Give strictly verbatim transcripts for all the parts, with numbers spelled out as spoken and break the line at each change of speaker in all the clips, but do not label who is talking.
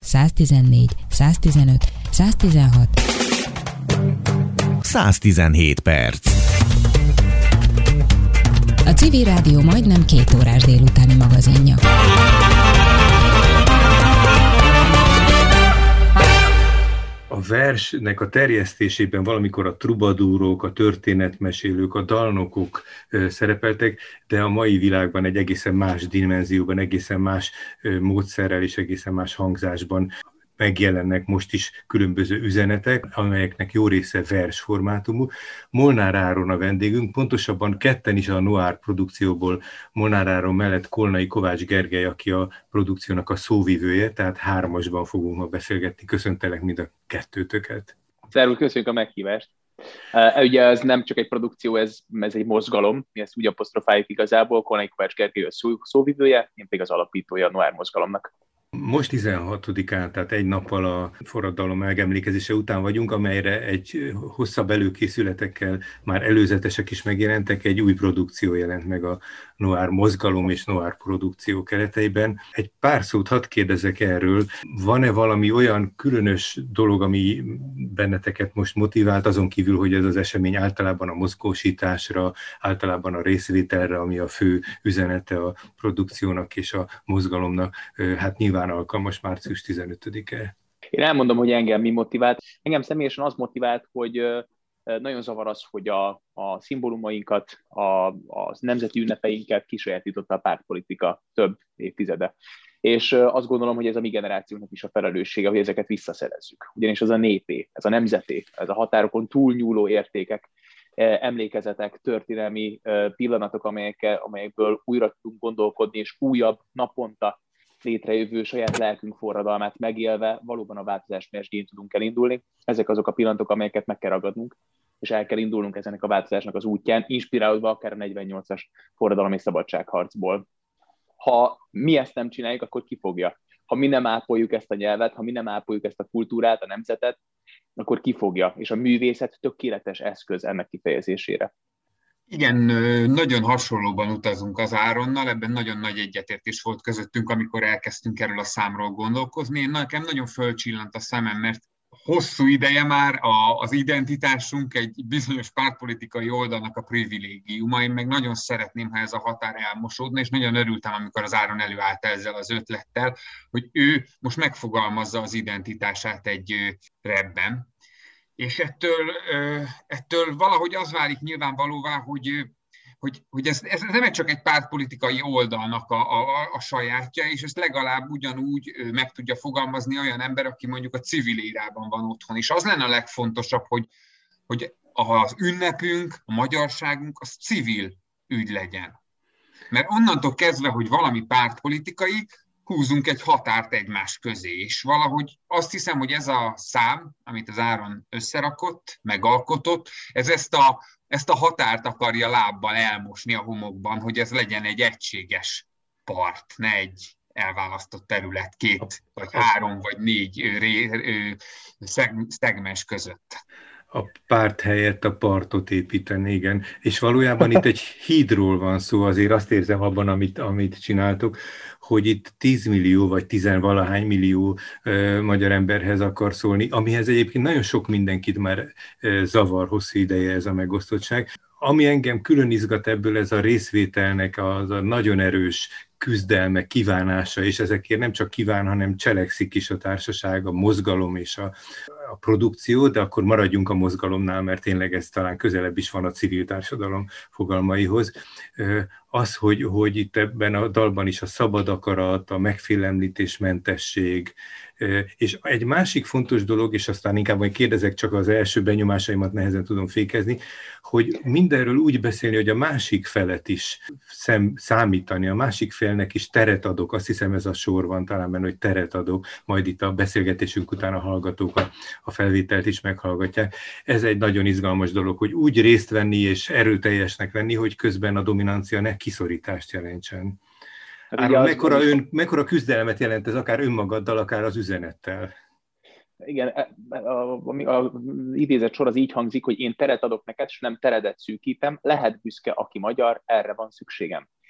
száztizennégy, száztizenöt, száztizenhat.
száztizenhét perc.
A Civil Rádió majdnem két órás délutáni magazinja.
A versnek a terjesztésében valamikor a trubadúrok, a történetmesélők, a dalnokok szerepeltek, de a mai világban egy egészen más dimenzióban, egészen más módszerrel és egészen más hangzásban megjelennek most is különböző üzenetek, amelyeknek jó része versformátumú. Molnár Áron a vendégünk, pontosabban ketten is a Noir produkcióból. Molnár Áron mellett Kolnai Kovács Gergely, aki a produkciónak a szóvivője, tehát hármasban fogunk ma beszélgetni. Köszöntelek mind a kettőtöket.
Szervusz, köszönjük a meghívást. Uh, ugye ez nem csak egy produkció, ez, ez egy mozgalom, mi ezt úgy apostrofáljuk igazából, Kolnai Kovács Gergely a szó, szóvivője, én pedig az alapítója a Noir mozgalomnak.
Most tizenhatodikán, tehát egy nappal a forradalom megemlékezése után vagyunk, amelyre egy hosszabb előkészületekkel már előzetesek is megjelentek, egy új produkció jelent meg a Noir mozgalom és Noir produkció kereteiben. Egy pár szót hadd kérdezzek erről, van-e valami olyan különös dolog, ami benneteket most motivált, azon kívül, hogy ez az esemény általában a mozgósításra, általában a részvételre, ami a fő üzenete a produkciónak és a mozgalomnak, hát nyilván alkalmas március tizenötödike.
Én elmondom, hogy engem mi motivált. Engem személyesen az motivált, hogy nagyon zavar az, hogy a, a szimbólumainkat, a, a nemzeti ünnepeinket kisajátította a pártpolitika több évtizede. És azt gondolom, hogy ez a mi generációnak is a felelőssége, hogy ezeket visszaszerezzük. Ugyanis az a népé, ez a nemzeté, ez a határokon túlnyúló értékek, emlékezetek, történelmi pillanatok, amelyekkel, amelyekből újra tudunk gondolkodni, és újabb naponta létrejövő saját lelkünk forradalmát megélve valóban a változás mesdjén tudunk elindulni. Ezek azok a pillanatok, amelyeket meg kell ragadnunk, és el kell indulnunk ezenek a változásnak az útján, inspirálódva akár a negyvennyolcas forradalom és szabadságharcból. Ha mi ezt nem csináljuk, akkor ki fogja? Ha mi nem ápoljuk ezt a nyelvet, ha mi nem ápoljuk ezt a kultúrát, a nemzetet, akkor ki fogja? És a művészet tökéletes eszköz ennek kifejezésére.
Igen, nagyon hasonlóban utazunk az Áronnal, ebben nagyon nagy egyetértés volt közöttünk, amikor elkezdtünk erről a számról gondolkozni. Én nekem nagyon fölcsillant a szemem, mert hosszú ideje már az identitásunk egy bizonyos pártpolitikai oldalnak a privilégiuma. Én meg nagyon szeretném, ha ez a határ elmosódna, és nagyon örültem, amikor az Áron előállt ezzel az ötlettel, hogy ő most megfogalmazza az identitását egy rapben. És ettől, ettől valahogy az válik nyilvánvalóvá, hogy, hogy, hogy ez, ez nem csak egy pártpolitikai oldalnak a, a, a sajátja, és ezt legalább ugyanúgy meg tudja fogalmazni olyan ember, aki mondjuk a civil érában van otthon. És az lenne a legfontosabb, hogy, hogy az ünnepünk, a magyarságunk, az civil ügy legyen. Mert onnantól kezdve, hogy valami pártpolitikai, húzunk egy határt egymás közé, és valahogy azt hiszem, hogy ez a szám, amit az Áron összerakott, megalkotott, ez ezt a, ezt a határt akarja lábbal elmosni a homokban, hogy ez legyen egy egységes part, ne egy elválasztott terület két, vagy három, vagy négy ré, szegmens között.
A párt helyett a partot építeni, igen. És valójában itt egy hídról van szó, azért azt érzem abban, amit, amit csináltok, hogy itt tíz millió vagy tizenvalahány millió uh, magyar emberhez akar szólni, amihez egyébként nagyon sok mindenkit már uh, zavar hosszú ideje ez a megosztottság. Ami engem külön izgat ebből, ez a részvételnek az a nagyon erős küzdelme, kívánása, és ezekért nem csak kíván, hanem cselekszik is a társaság, a mozgalom és a, a produkció, de akkor maradjunk a mozgalomnál, mert tényleg ez talán közelebb is van a civil társadalom fogalmaihoz. Az, hogy, hogy itt ebben a dalban is a szabad akarat, a megfélemlítésmentesség, és egy másik fontos dolog, és aztán inkább majd kérdezek, csak az első benyomásaimat nehezen tudom fékezni, hogy mindenről úgy beszélni, hogy a másik felet is szem, számítani, a másik félnek is teret adok, azt hiszem ez a sor van talán benne, hogy teret adok, majd itt a beszélgetésünk után a hallgatók a, a felvételt is meghallgatják. Ez egy nagyon izgalmas dolog, hogy úgy részt venni és erőteljesnek lenni, hogy közben a dominancia ne kiszorítást jelentsen. Hát Áron, mekkora, ön, mekkora küzdelmet jelent ez akár önmagaddal, akár az üzenettel?
Igen, az idézett sor az így hangzik, hogy én teret adok neked, és nem teredet szűkítem, lehet büszke, aki magyar, erre van szükségem.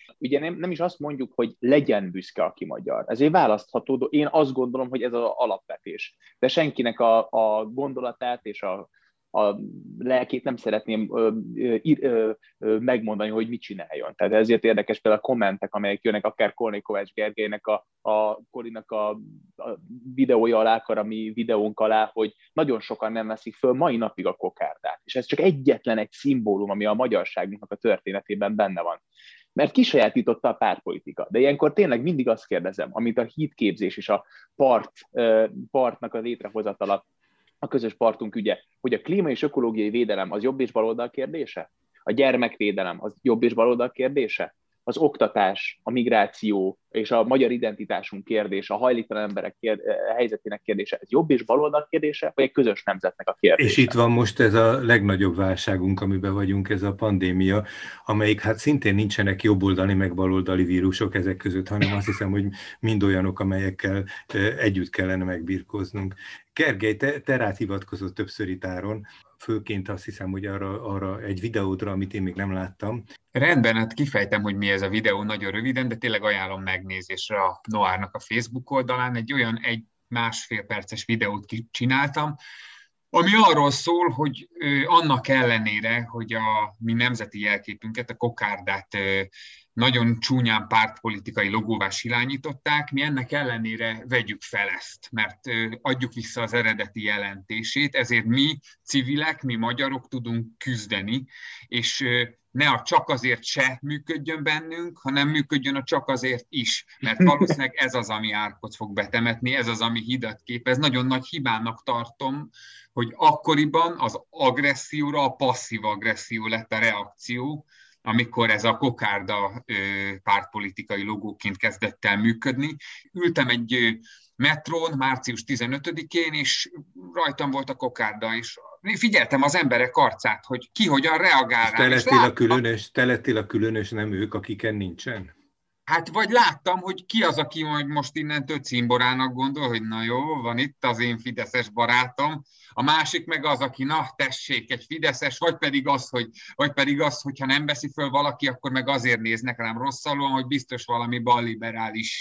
Ugye nem, nem is azt mondjuk, hogy legyen büszke, aki magyar. Ezért választható, én azt gondolom, hogy ez az alapvetés. De senkinek a, a gondolatát és a, a lelkét nem szeretném ö, ö, ö, ö, megmondani, hogy mit csináljon. Tehát ezért érdekes például a kommentek, amelyek jönnek akár Korné Kovács Gergelynek, a, a Kolinak a, a videója alá, akar a mi videónk alá, hogy nagyon sokan nem veszik föl mai napig a kokárdát. És ez csak egyetlen egy szimbólum, ami a magyarságunknak a történetében benne van. Mert kisajátította a pártpolitika. De ilyenkor tényleg mindig azt kérdezem, amit a hídképzés és a part, partnak a létrehozatala, a közös partunk ügye, hogy a klíma és ökológiai védelem az jobb és baloldal kérdése? A gyermekvédelem az jobb és baloldal kérdése? Az oktatás, a migráció és a magyar identitásunk kérdése, a hajléktalan emberek kérd- helyzetének kérdése, ez jobb és baloldal kérdése, vagy egy közös nemzetnek a kérdése?
És itt van most ez a legnagyobb válságunk, amiben vagyunk, ez a pandémia, amelyik hát szintén nincsenek jobboldali meg baloldali vírusok ezek között, hanem azt hiszem, hogy mind olyanok, amelyekkel együtt kellene megbirkóznunk. Gergely, te, te rád hivatkozott többször itt Áron, főként azt hiszem, hogy arra, arra egy videódra, amit én még nem láttam.
Rendben, hát kifejtem, hogy mi ez a videó nagyon röviden, de tényleg ajánlom megnézésre a Noárnak a Facebook oldalán. Egy olyan egy másfél perces videót csináltam, ami arról szól, hogy ö, annak ellenére, hogy a mi nemzeti jelképünket, a kokárdát ö, nagyon csúnyán pártpolitikai logóvá silányították, mi ennek ellenére vegyük fel ezt, mert ö, adjuk vissza az eredeti jelentését, ezért mi civilek, mi magyarok tudunk küzdeni, és ö, ne a csak azért se működjön bennünk, hanem működjön a csak azért is. Mert valószínűleg ez az, ami árkot fog betemetni, ez az, ami hidat képez. Nagyon nagy hibának tartom, hogy akkoriban az agresszióra a passzív agresszió lett a reakció, amikor ez a kokárda pártpolitikai logóként kezdett el működni. Ültem egy metrón március tizenötödikén, és rajtam volt a kokárda, és figyeltem az emberek arcát, hogy ki hogyan reagál rá.
Te lettél a különös, te lettél a különös, nem ők, akiken nincsen?
Hát vagy láttam, hogy ki az, aki majd most innentől cimborának gondol, hogy na jó, van itt az én fideszes barátom, a másik meg az, aki na tessék, egy fideszes, vagy pedig az, hogy, vagy pedig az, hogyha nem veszi föl valaki, akkor meg azért néznek rám rosszalóan, hogy biztos valami balliberális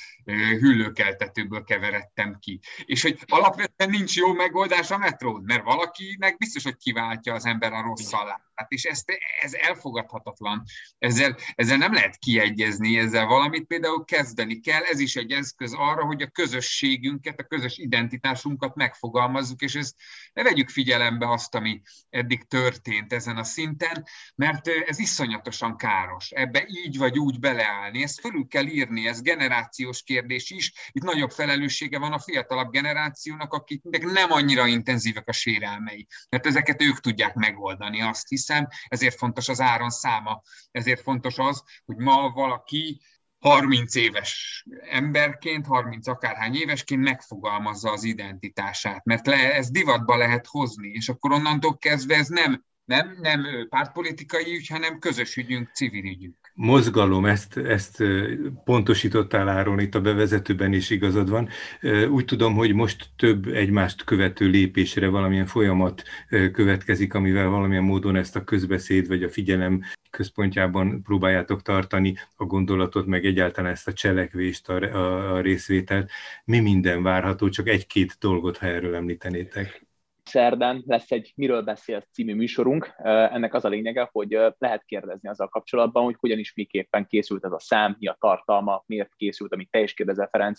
hüllőkeltetőből keveredtem ki. És hogy alapvetően nincs jó megoldás a metrón, mert valakinek biztos, hogy kiváltja az ember a rossz alá. Hát és ez, ez elfogadhatatlan. Ezzel, ezzel nem lehet kiegyezni, ezzel valamit például kezdeni kell. Ez is egy eszköz arra, hogy a közösségünket, a közös identitásunkat megfogalmazzuk, és ezt ne vegyük figyelembe azt, ami eddig történt ezen a szinten, mert ez iszonyatosan káros. Ebbe így vagy úgy beleállni. Ezt fölül kell írni, ez generációs kérdés is. Itt nagyobb felelőssége van a fiatalabb generációnak, akiknek nem annyira intenzívek a sérelmei. Mert ezeket ők tudják megoldani, azt hiszem. Ezért fontos az Áron száma. Ezért fontos az, hogy ma valaki harminc éves emberként, harminc akárhány évesként megfogalmazza az identitását, mert le, ez divatba lehet hozni, és akkor onnantól kezdve ez nem, nem, nem pártpolitikai ügy, hanem közös ügyünk, civil ügyünk.
Mozgalom, ezt, ezt pontosítottál Áron, itt a bevezetőben is igazad van. Úgy tudom, hogy most több egymást követő lépésre valamilyen folyamat következik, amivel valamilyen módon ezt a közbeszéd vagy a figyelem központjában próbáljátok tartani a gondolatot, meg egyáltalán ezt a cselekvést, a, a, a részvételt. Mi minden várható? Csak egy-két dolgot, ha erről említenétek.
Szerdán lesz egy Miről beszélsz című műsorunk. Ennek az a lényege, hogy lehet kérdezni azzal kapcsolatban, hogy hogyan is miképpen készült ez a szám, mi a tartalma, miért készült, amit te is kérdezel, Ferenc.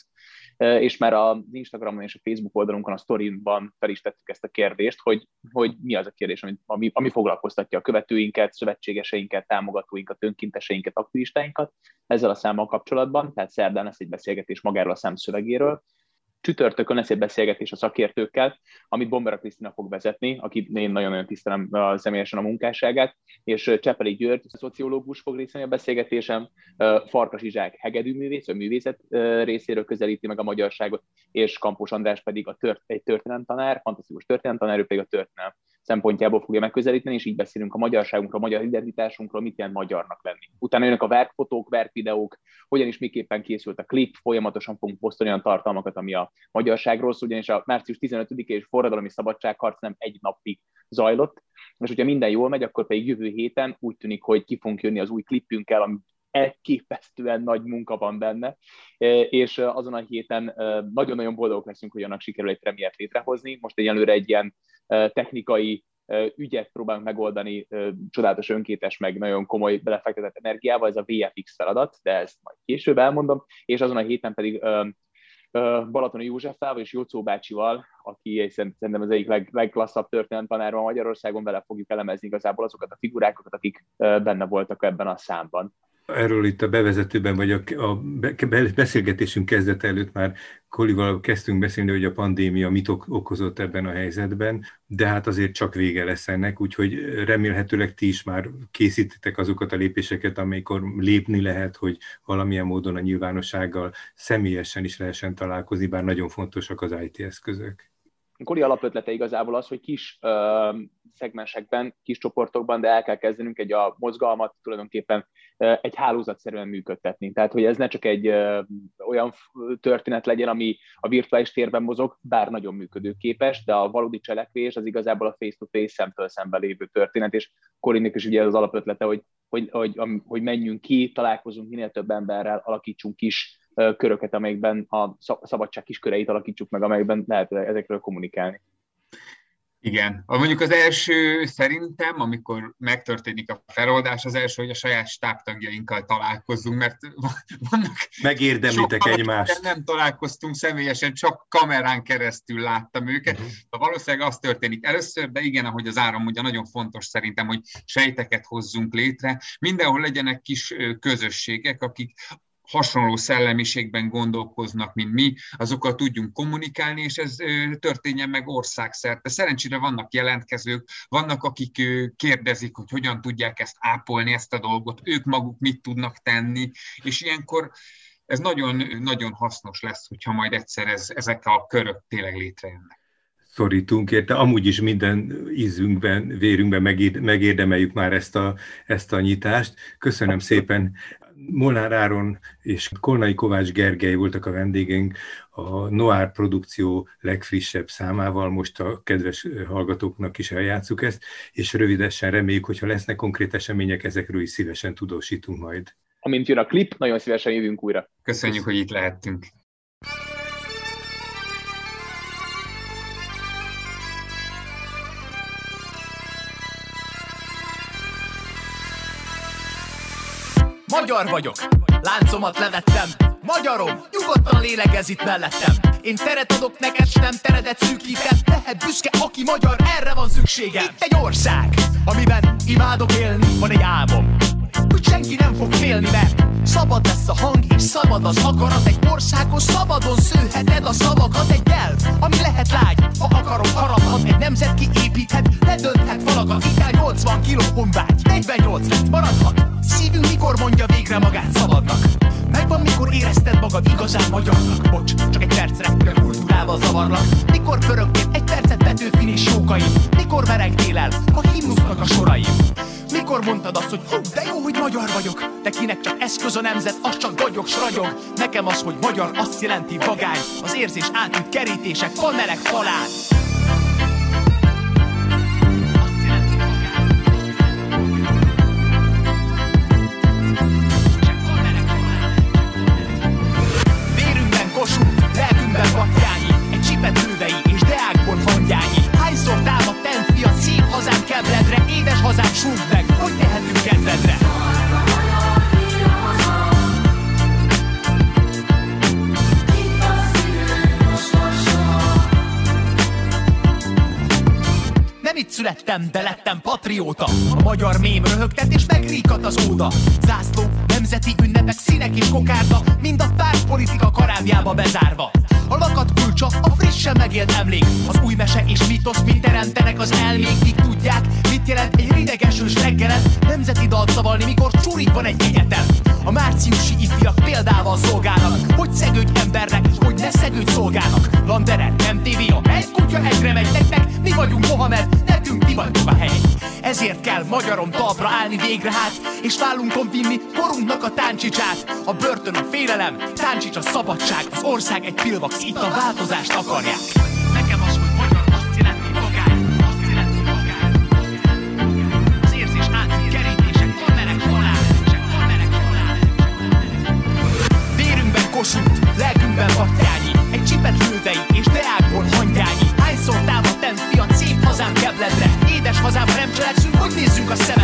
És már az Instagramon és a Facebook oldalunkon, a sztorinban fel is tettük ezt a kérdést, hogy, hogy mi az a kérdés, ami, ami foglalkoztatja a követőinket, szövetségeseinket, támogatóinkat, önkénteseinket, aktivistáinkat ezzel a számmal kapcsolatban. Tehát szerdán lesz egy beszélgetés magáról a szám szövegéről. Csütörtökön lesz egy beszélgetés a szakértőkkel, amit Bombera Krisztina fog vezetni, aki én nagyon-nagyon tisztelem személyesen a munkásságát, és Csepeli György, a szociológus fog részt venni a beszélgetésem, Farkas Izsák hegedűművész, a művészet részéről közelíti meg a magyarságot, és Kampos András pedig a tört, egy történelemtanár, fantasztikus történelemtanár, ő pedig a történelem szempontjából fogja megközelíteni, és így beszélünk a magyarságunkról, a magyar identitásunkról, mit jelent magyarnak lenni. Utána jönnek a verkfotók, verkvideók, hogyan is miképpen készült a klip, folyamatosan fogunk posztolni olyan tartalmakat, ami a magyarságról szól, ugyanis a március tizenötödike és forradalmi szabadságharc nem egy napig zajlott, és hogyha minden jól megy, akkor pedig jövő héten úgy tűnik, hogy ki fogunk jönni az új klipünkkel, ami elképesztően nagy munka van benne, és azon a héten nagyon-nagyon boldogok leszünk, hogy annak sikerül egy premiért létrehozni. Most egyelőre egy ilyen technikai ügyet próbálunk megoldani, csodálatos önkétes, meg nagyon komoly belefektetett energiával, ez a vé ef iksz feladat, de ezt majd később elmondom, és azon a héten pedig Balatoni Józseffel és Jocó bácsival, aki szerintem az egyik leg, legklasszabb történetanár van Magyarországon, vele fogjuk elemezni igazából azokat a figurákat, akik benne voltak ebben a számban.
Erről itt a bevezetőben, vagy a, a beszélgetésünk kezdete előtt már Kolival kezdtünk beszélni, hogy a pandémia mit okozott ebben a helyzetben, de hát azért csak vége lesz ennek, úgyhogy remélhetőleg ti is már készítitek azokat a lépéseket, amikor lépni lehet, hogy valamilyen módon a nyilvánossággal személyesen is lehessen találkozni, bár nagyon fontosak az i té eszközök.
Koli alapötlete igazából az, hogy kis ö, szegmensekben, kis csoportokban, de el kell kezdenünk egy a mozgalmat tulajdonképpen ö, egy hálózatszerűen működtetni. Tehát, hogy ez ne csak egy ö, olyan történet legyen, ami a virtuális térben mozog, bár nagyon működőképes, de a valódi cselekvés az igazából a face-to-face szemtől szemben lévő történet, és Kolinak is ugye az alapötlete, hogy, hogy, hogy, hogy menjünk ki, találkozunk minél több emberrel, alakítsunk kis köröket, amelyekben a szabadság kis köreit alakítsuk meg, amelyekben lehet ezekről kommunikálni.
Igen. Mondjuk az első szerintem, amikor megtörténik a feloldás, az első, hogy a saját stábtagjainkkal találkozzunk, mert vannak...
Megérdemlitek egymást.
Nem találkoztunk személyesen, csak kamerán keresztül láttam őket. Uh-huh. Valószínűleg az történik először, de igen, ahogy az Áron mondja, nagyon fontos szerintem, hogy sejteket hozzunk létre. Mindenhol legyenek kis közösségek, akik hasonló szellemiségben gondolkoznak, mint mi, azokkal tudjunk kommunikálni, és ez történjen meg országszerte. Szerencsére vannak jelentkezők, vannak, akik kérdezik, hogy hogyan tudják ezt ápolni, ezt a dolgot, ők maguk mit tudnak tenni, és ilyenkor ez nagyon, nagyon hasznos lesz, hogyha majd egyszer ez, ezek a körök tényleg létrejönnek.
Szorítunk érte, amúgy is minden ízünkben, vérünkben megérdemeljük már ezt a, ezt a nyitást. Köszönöm szépen. Molnár Áron és Kolnai Kovács Gergely voltak a vendégeink a Noir produkció legfrissebb számával, most a kedves hallgatóknak is eljátszuk ezt, és rövidesen reméljük, hogyha lesznek konkrét események, ezekről is szívesen tudósítunk majd.
Amint jön a klip, nagyon szívesen jövünk újra.
Köszönjük, hogy itt lehettünk.
Magyar vagyok, láncomat levettem, magyarom, nyugodtan lélegez itt mellettem. Én teret adok neked, s nem teredet szűkítem. Lehet büszke, aki magyar, erre van szükségem. Itt egy ország, amiben imádok élni, van egy álmom, hogy senki nem fog félni, mert szabad lesz a hang és szabad az akarat. Egy országhoz szabadon szőheted a szavakat. Egy nyelv, ami lehet lágy, ha akarom haraphat. Egy nemzet kiépíthet, ledönthet valakat. Itt áll nyolcvan kiló honvágy, negyvennyolc lett maradhat. Szívünk mikor mondja végre magát szabadnak? Megvan, mikor érezted magad igazán magyarnak? Bocs, csak egy percre, hogy a kultúrával zavarlak. Mikor pörögtél egy percet Petőfin és Jókaim? Mikor merengtél el a himnusznak a soraim? Mikor mondtad azt, hogy hú, de jó, hogy magyar vagyok? De kinek csak eszköz a nemzet, az csak gagyog s ragyog. Nekem az, hogy magyar, azt jelenti vagány. Az érzés átüt kerítések, panelek falán. Lelkünkben Batthyányi, egy csipet hővei és deákból hangyányi. Hányszor támad tenfi a szép hazám kebledre, édes hazám súgd meg, hogy tehetünk kedvedre. Nem itt születtem, de lettem patrióta. A magyar mém röhögtet és megríkat az óda. Zászló, nemzeti ünnepek, színek és kokárda, mind a pártpolitika karábjába bezárva. A lakat kulcsa, a frissen megélt emlék. Az új mese és mitosz, mit teremtenek az elmék. Kik tudják, mit jelent egy rideg-esős reggelet, nemzeti dalt szavalni, mikor csurig van egy egyetem. A márciusi ifjak példával szolgálnak, hogy szegődj embernek, hogy ne szegődj szolgálnak. Landerer, em té vé, a egy kutya egyre megy, nektek mi vagyunk Mohamed, nekünk ti vagytok a hely. Ezért kell magyarom talpra állni végre hát, és vállunkon vinni korunknak a táncsicsát. A börtön a félelem, táncsics a szabadság, az ország egy pilvax, itt a változást akarják. Nekem az, hogy magyar, azt jelenti vagány, azt jelenti vagány. Az érzés átüt kerítések, panelek falán, panelek falán. nézzünk a szembe.